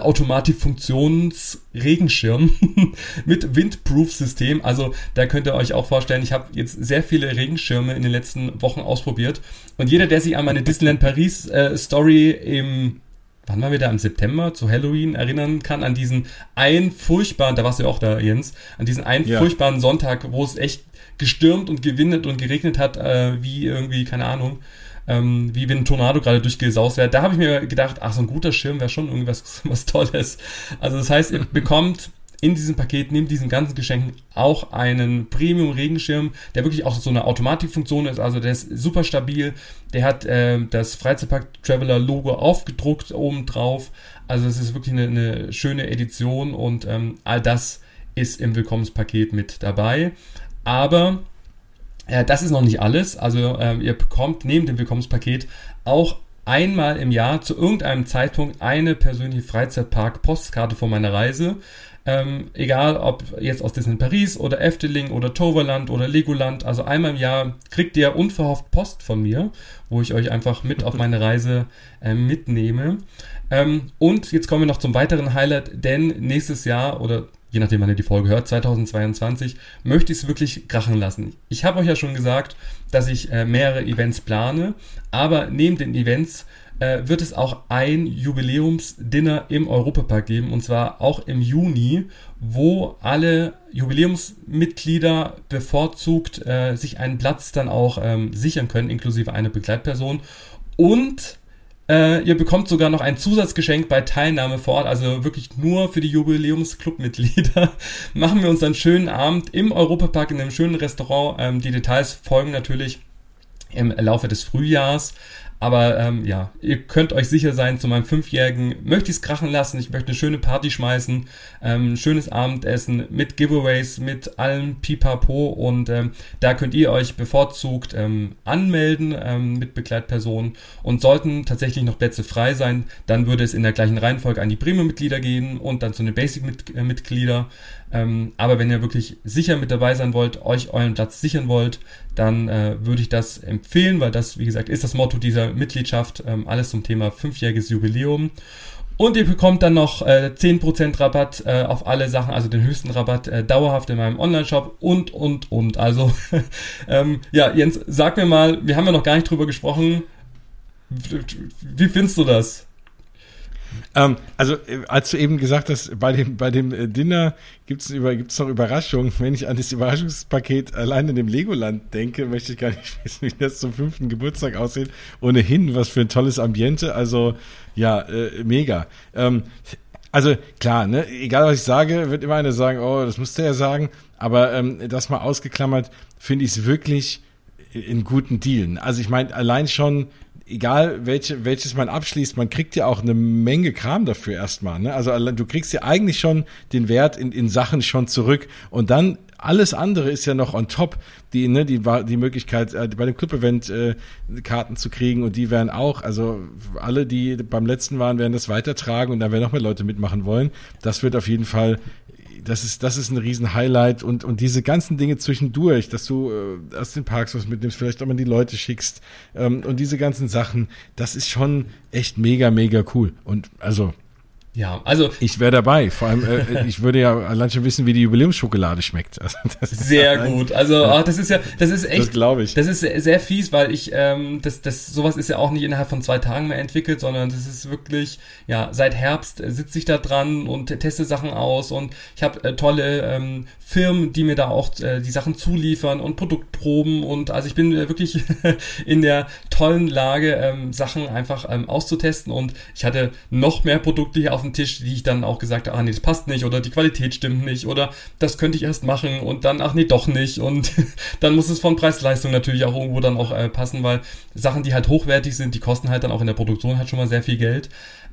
Doppelautomatik-Funktions-Regenschirm mit Windproof-System. Also da könnt ihr euch auch vorstellen, ich habe jetzt sehr viele Regenschirme in den letzten Wochen ausprobiert und jeder, der sich an meine Disneyland Paris Story wann waren wir da, im September zu Halloween erinnern kann, an diesen einen furchtbaren, da warst du ja auch da, Jens, an diesen einen furchtbaren Sonntag, wo es echt gestürmt und gewindet und geregnet hat, wie irgendwie, keine Ahnung, wie wenn ein Tornado gerade durchgesaust wäre. Da habe ich mir gedacht, so ein guter Schirm wäre schon irgendwas was Tolles. Also das heißt, ihr bekommt in diesem Paket, neben diesen ganzen Geschenken, auch einen Premium-Regenschirm, der wirklich auch so eine Automatikfunktion ist, also der ist super stabil, der hat das Freizeitpark-Traveler-Logo aufgedruckt oben drauf, also es ist wirklich eine schöne Edition und all das ist im Willkommenspaket mit dabei, aber das ist noch nicht alles, also ihr bekommt neben dem Willkommenspaket auch einmal im Jahr zu irgendeinem Zeitpunkt eine persönliche Freizeitpark-Postkarte von meiner Reise. Egal ob jetzt aus Disneyland Paris oder Efteling oder Toverland oder Legoland, also einmal im Jahr kriegt ihr unverhofft Post von mir, wo ich euch einfach mit auf meine Reise mitnehme. Und jetzt kommen wir noch zum weiteren Highlight, denn nächstes Jahr oder je nachdem, wann ihr die Folge hört, 2022, möchte ich es wirklich krachen lassen. Ich habe euch ja schon gesagt, dass ich mehrere Events plane, aber neben den Events wird es auch ein Jubiläumsdinner im Europapark geben, und zwar auch im Juni, wo alle Jubiläumsmitglieder bevorzugt sich einen Platz dann auch sichern können, inklusive einer Begleitperson. Und ihr bekommt sogar noch ein Zusatzgeschenk bei Teilnahme vor Ort, also wirklich nur für die Jubiläumsclubmitglieder. Machen wir uns einen schönen Abend im Europapark in einem schönen Restaurant. Die Details folgen natürlich im Laufe des Frühjahrs. Aber ihr könnt euch sicher sein, zu meinem 5-Jährigen möchte ich es krachen lassen. Ich möchte eine schöne Party schmeißen, schönes Abendessen mit Giveaways, mit allem Pipapo. Und da könnt ihr euch bevorzugt anmelden mit Begleitpersonen. Und sollten tatsächlich noch Plätze frei sein, dann würde es in der gleichen Reihenfolge an die Premium-Mitglieder gehen und dann zu den Basic-Mitglieder. Aber wenn ihr wirklich sicher mit dabei sein wollt, euch euren Platz sichern wollt, dann würde ich das empfehlen, weil das, wie gesagt, ist das Motto dieser Mitgliedschaft, alles zum Thema 5-jähriges Jubiläum. Und ihr bekommt dann noch 10% Rabatt auf alle Sachen, also den höchsten Rabatt dauerhaft in meinem Online-Shop und. Also, Jens, sag mir mal, wir haben ja noch gar nicht drüber gesprochen, wie findest du das? Als du eben gesagt hast, bei dem Dinner gibt's noch Überraschungen. Wenn ich an das Überraschungspaket allein in dem Legoland denke, möchte ich gar nicht wissen, wie das zum 5. Geburtstag aussieht. Ohnehin, was für ein tolles Ambiente. Also, ja, mega. Also, klar, ne, egal was ich sage, wird immer einer sagen, oh, das musste er sagen. Aber das mal ausgeklammert, finde ich es wirklich in guten Dealen. Also ich meine, allein schon, egal welches man abschließt, man kriegt ja auch eine Menge Kram dafür erstmal. Ne? Also du kriegst ja eigentlich schon den Wert in Sachen schon zurück. Und dann alles andere ist ja noch on top, die Möglichkeit, bei dem Club-Event Karten zu kriegen, und die werden auch, also alle, die beim letzten waren, werden das weitertragen, und da werden noch mehr Leute mitmachen wollen. Das wird auf jeden Fall, das ist ein riesen Highlight, und diese ganzen Dinge zwischendurch, dass du aus den Parks was mitnimmst, vielleicht auch mal die Leute schickst, und diese ganzen Sachen, das ist schon echt mega, mega cool. Und also ja, also ich wäre dabei. Vor allem, ich würde ja allein schon wissen, wie die Jubiläumsschokolade schmeckt. Also sehr gut. Also das ist echt. Das glaube ich. Das ist sehr fies, weil ich sowas ist ja auch nicht innerhalb von 2 Tagen mehr entwickelt, sondern das ist wirklich, ja, seit Herbst sitze ich da dran und teste Sachen aus, und ich habe tolle Firmen, die mir da auch die Sachen zuliefern und Produktproben, und also ich bin wirklich in der tollen Lage, Sachen einfach auszutesten, und ich hatte noch mehr Produkte hier auf dem Tisch, die ich dann auch gesagt habe, nee, das passt nicht, oder die Qualität stimmt nicht, oder das könnte ich erst machen, und dann, nee, doch nicht, und dann muss es von Preis-Leistung natürlich auch irgendwo dann auch passen, weil Sachen, die halt hochwertig sind, die kosten halt dann auch in der Produktion halt schon mal sehr viel Geld.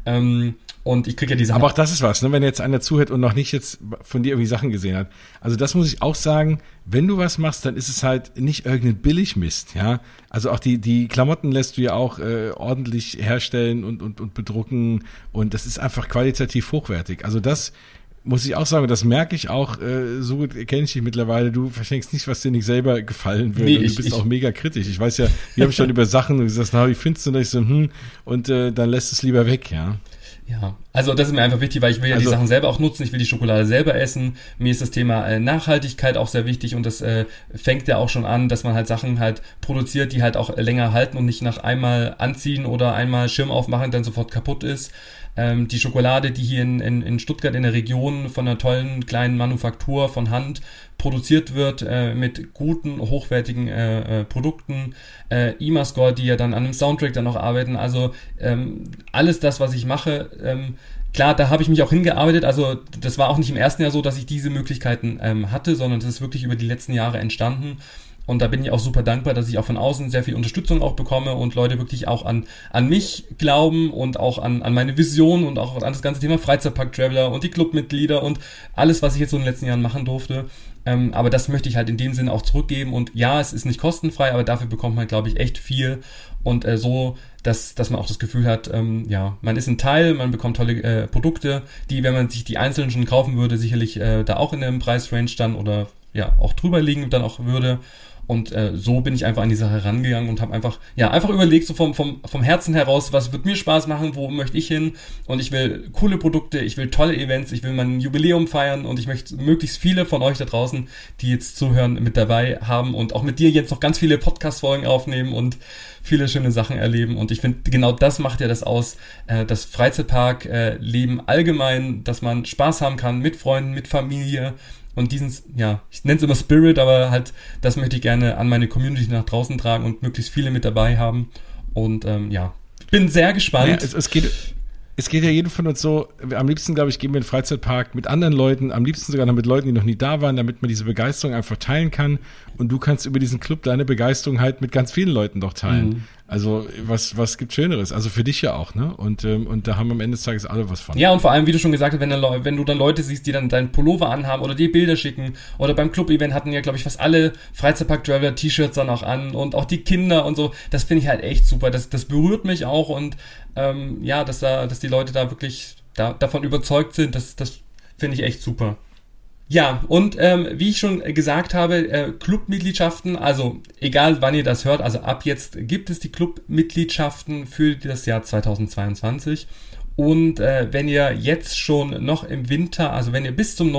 Und ich kriege ja die Sachen. Aber auch das ist was, ne? Wenn jetzt einer zuhört und noch nicht jetzt von dir irgendwie Sachen gesehen hat. Also das muss ich auch sagen, wenn du was machst, dann ist es halt nicht irgendein Billigmist, ja. Also auch die Klamotten lässt du ja auch ordentlich herstellen und bedrucken, und das ist einfach qualitativ hochwertig. Also das muss ich auch sagen, und das merke ich auch, so gut kenne ich dich mittlerweile, du verschenkst nicht, was dir nicht selber gefallen würde. Nee, du bist auch mega kritisch. Ich weiß ja, wir haben schon über Sachen gesagt, na, wie findest du das? Ich so, und dann lässt es lieber weg, ja. Ja, also das ist mir einfach wichtig, weil ich will ja die Sachen selber auch nutzen, ich will die Schokolade selber essen. Mir ist das Thema Nachhaltigkeit auch sehr wichtig, und das fängt ja auch schon an, dass man halt Sachen halt produziert, die halt auch länger halten und nicht nach einmal anziehen oder einmal Schirm aufmachen, dann sofort kaputt ist. Die Schokolade, die hier in Stuttgart in der Region von einer tollen kleinen Manufaktur von Hand produziert wird, mit guten, hochwertigen Produkten, IMA-Score, die ja dann an einem Soundtrack dann noch arbeiten, also alles das, was ich mache, klar, da habe ich mich auch hingearbeitet, also das war auch nicht im ersten Jahr so, dass ich diese Möglichkeiten hatte, sondern das ist wirklich über die letzten Jahre entstanden. Und da bin ich auch super dankbar, dass ich auch von außen sehr viel Unterstützung auch bekomme und Leute wirklich auch an mich glauben und auch an meine Vision und auch an das ganze Thema Freizeitpark-Traveler und die Clubmitglieder und alles, was ich jetzt so in den letzten Jahren machen durfte. Aber das möchte ich halt in dem Sinne auch zurückgeben, und ja, es ist nicht kostenfrei, aber dafür bekommt man, glaube ich, echt viel, und so, dass man auch das Gefühl hat, ja, man ist ein Teil, man bekommt tolle Produkte, die, wenn man sich die einzelnen schon kaufen würde, sicherlich da auch in dem Preisrange dann oder ja auch drüber liegen dann auch würde. Und so bin ich einfach an die Sache rangegangen und habe einfach überlegt, so vom Herzen heraus, was wird mir Spaß machen, wo möchte ich hin, und ich will coole Produkte, ich will tolle Events, ich will mein Jubiläum feiern, und ich möchte möglichst viele von euch da draußen, die jetzt zuhören, mit dabei haben und auch mit dir jetzt noch ganz viele Podcast-Folgen aufnehmen und viele schöne Sachen erleben, und ich finde, genau das macht ja das aus, das Freizeitpark-Leben allgemein, dass man Spaß haben kann mit Freunden, mit Familie. Und diesen, ja, ich nenne es immer Spirit, aber halt, das möchte ich gerne an meine Community nach draußen tragen und möglichst viele mit dabei haben. Und ja, bin sehr gespannt. Ja, es geht ja jedem von uns so, am liebsten, glaube ich, gehen wir in den Freizeitpark mit anderen Leuten, am liebsten sogar noch mit Leuten, die noch nie da waren, damit man diese Begeisterung einfach teilen kann. Und du kannst über diesen Club deine Begeisterung halt mit ganz vielen Leuten doch teilen. Mhm. Also was gibt Schöneres? Also für dich ja auch, ne? Und da haben am Ende des Tages alle was von. Ja, und vor allem, wie du schon gesagt hast, wenn du dann Leute siehst, die dann deinen Pullover anhaben oder dir Bilder schicken, oder beim Club-Event hatten ja, glaube ich, fast alle Freizeitpark-Traveler-T-Shirts dann auch an, und auch die Kinder und so, das finde ich halt echt super. Das berührt mich auch, und ja, dass die Leute da wirklich davon überzeugt sind, das finde ich echt super. Ja, und wie ich schon gesagt habe, Clubmitgliedschaften, also egal wann ihr das hört, also ab jetzt gibt es die Clubmitgliedschaften für das Jahr 2022. Und wenn ihr jetzt schon noch im Winter, also wenn ihr bis zum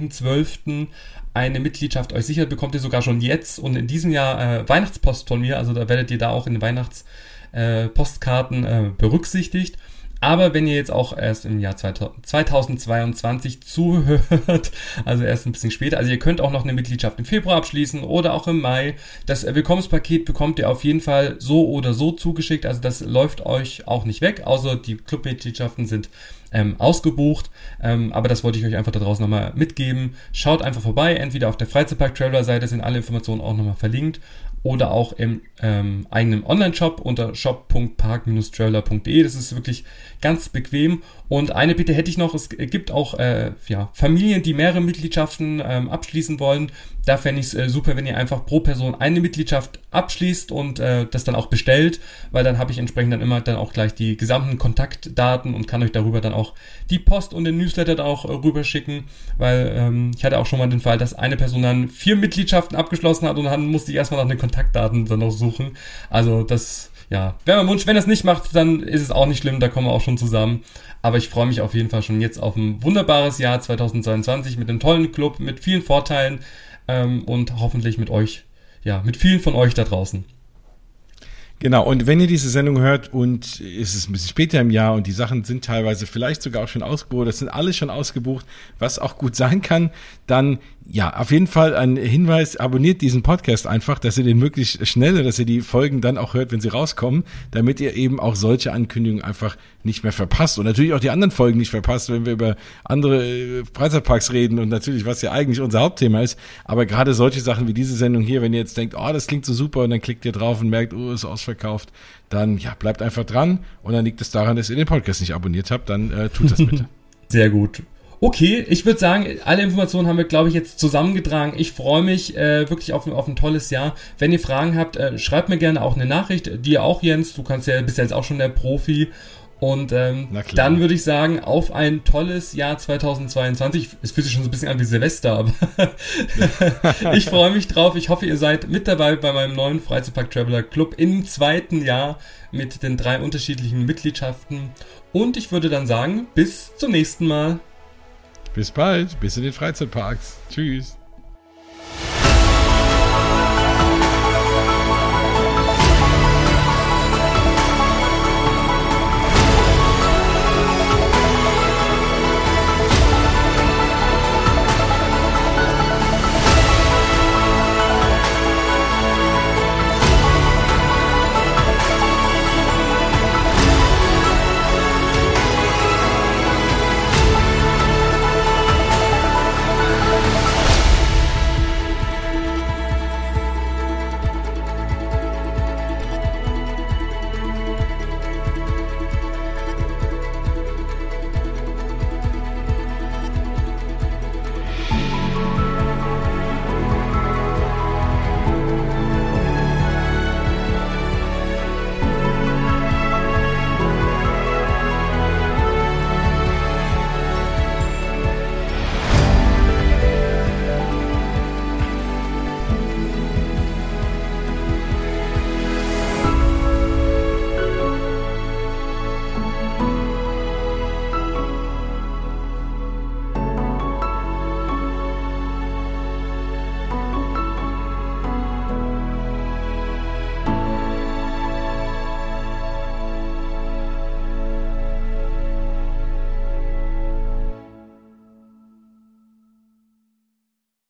19.12. eine Mitgliedschaft euch sichert, bekommt ihr sogar schon jetzt und in diesem Jahr Weihnachtspost von mir, also da werdet ihr da auch in den Weihnachtspostkarten berücksichtigt. Aber wenn ihr jetzt auch erst im Jahr 2022 zuhört, also erst ein bisschen später, also ihr könnt auch noch eine Mitgliedschaft im Februar abschließen oder auch im Mai. Das Willkommenspaket bekommt ihr auf jeden Fall so oder so zugeschickt, also das läuft euch auch nicht weg, außer die Clubmitgliedschaften sind ausgebucht, aber das wollte ich euch einfach da draußen nochmal mitgeben. Schaut einfach vorbei, entweder auf der Freizeitpark-Traveler-Seite sind alle Informationen auch nochmal verlinkt oder auch im eigenen Online-Shop unter shop.park-traveler.de. Das ist wirklich ganz bequem. Und eine Bitte hätte ich noch, es gibt auch Familien, die mehrere Mitgliedschaften abschließen wollen. Da fände ich es super, wenn ihr einfach pro Person eine Mitgliedschaft abschließt und das dann auch bestellt, weil dann habe ich entsprechend dann immer dann auch gleich die gesamten Kontaktdaten und kann euch darüber dann auch die Post und den Newsletter da auch rüberschicken, weil ich hatte auch schon mal den Fall, dass eine Person dann 4 Mitgliedschaften abgeschlossen hat und dann musste ich erstmal nach den Kontaktdaten dann noch suchen. Also das, ja, wäre mein Wunsch. Wenn er es nicht macht, dann ist es auch nicht schlimm, da kommen wir auch schon zusammen. Aber ich freue mich auf jeden Fall schon jetzt auf ein wunderbares Jahr 2022 mit einem tollen Club, mit vielen Vorteilen und hoffentlich mit euch, ja, mit vielen von euch da draußen. Genau, und wenn ihr diese Sendung hört und es ist ein bisschen später im Jahr und die Sachen sind teilweise vielleicht sogar auch schon ausgebucht, das sind alle schon ausgebucht, was auch gut sein kann, dann ja, auf jeden Fall ein Hinweis, abonniert diesen Podcast einfach, dass ihr den möglichst schnell, dass ihr die Folgen dann auch hört, wenn sie rauskommen, damit ihr eben auch solche Ankündigungen einfach nicht mehr verpasst und natürlich auch die anderen Folgen nicht verpasst, wenn wir über andere Freizeitparks reden und natürlich, was ja eigentlich unser Hauptthema ist, aber gerade solche Sachen wie diese Sendung hier, wenn ihr jetzt denkt, oh, das klingt so super und dann klickt ihr drauf und merkt, oh, ist ausverkauft, dann ja, bleibt einfach dran und dann liegt es daran, dass ihr den Podcast nicht abonniert habt, dann tut das bitte. Sehr gut. Okay, ich würde sagen, alle Informationen haben wir, glaube ich, jetzt zusammengetragen. Ich freue mich wirklich auf ein tolles Jahr. Wenn ihr Fragen habt, schreibt mir gerne auch eine Nachricht. Dir auch, Jens. Du bist ja jetzt auch schon der Profi. Und dann würde ich sagen, auf ein tolles Jahr 2022. Es fühlt sich schon so ein bisschen an wie Silvester, aber ich freue mich drauf. Ich hoffe, ihr seid mit dabei bei meinem neuen Freizeitpark Traveler Club im 2. Jahr mit den 3 unterschiedlichen Mitgliedschaften. Und ich würde dann sagen, bis zum nächsten Mal. Bis bald, bis in den Freizeitparks. Tschüss.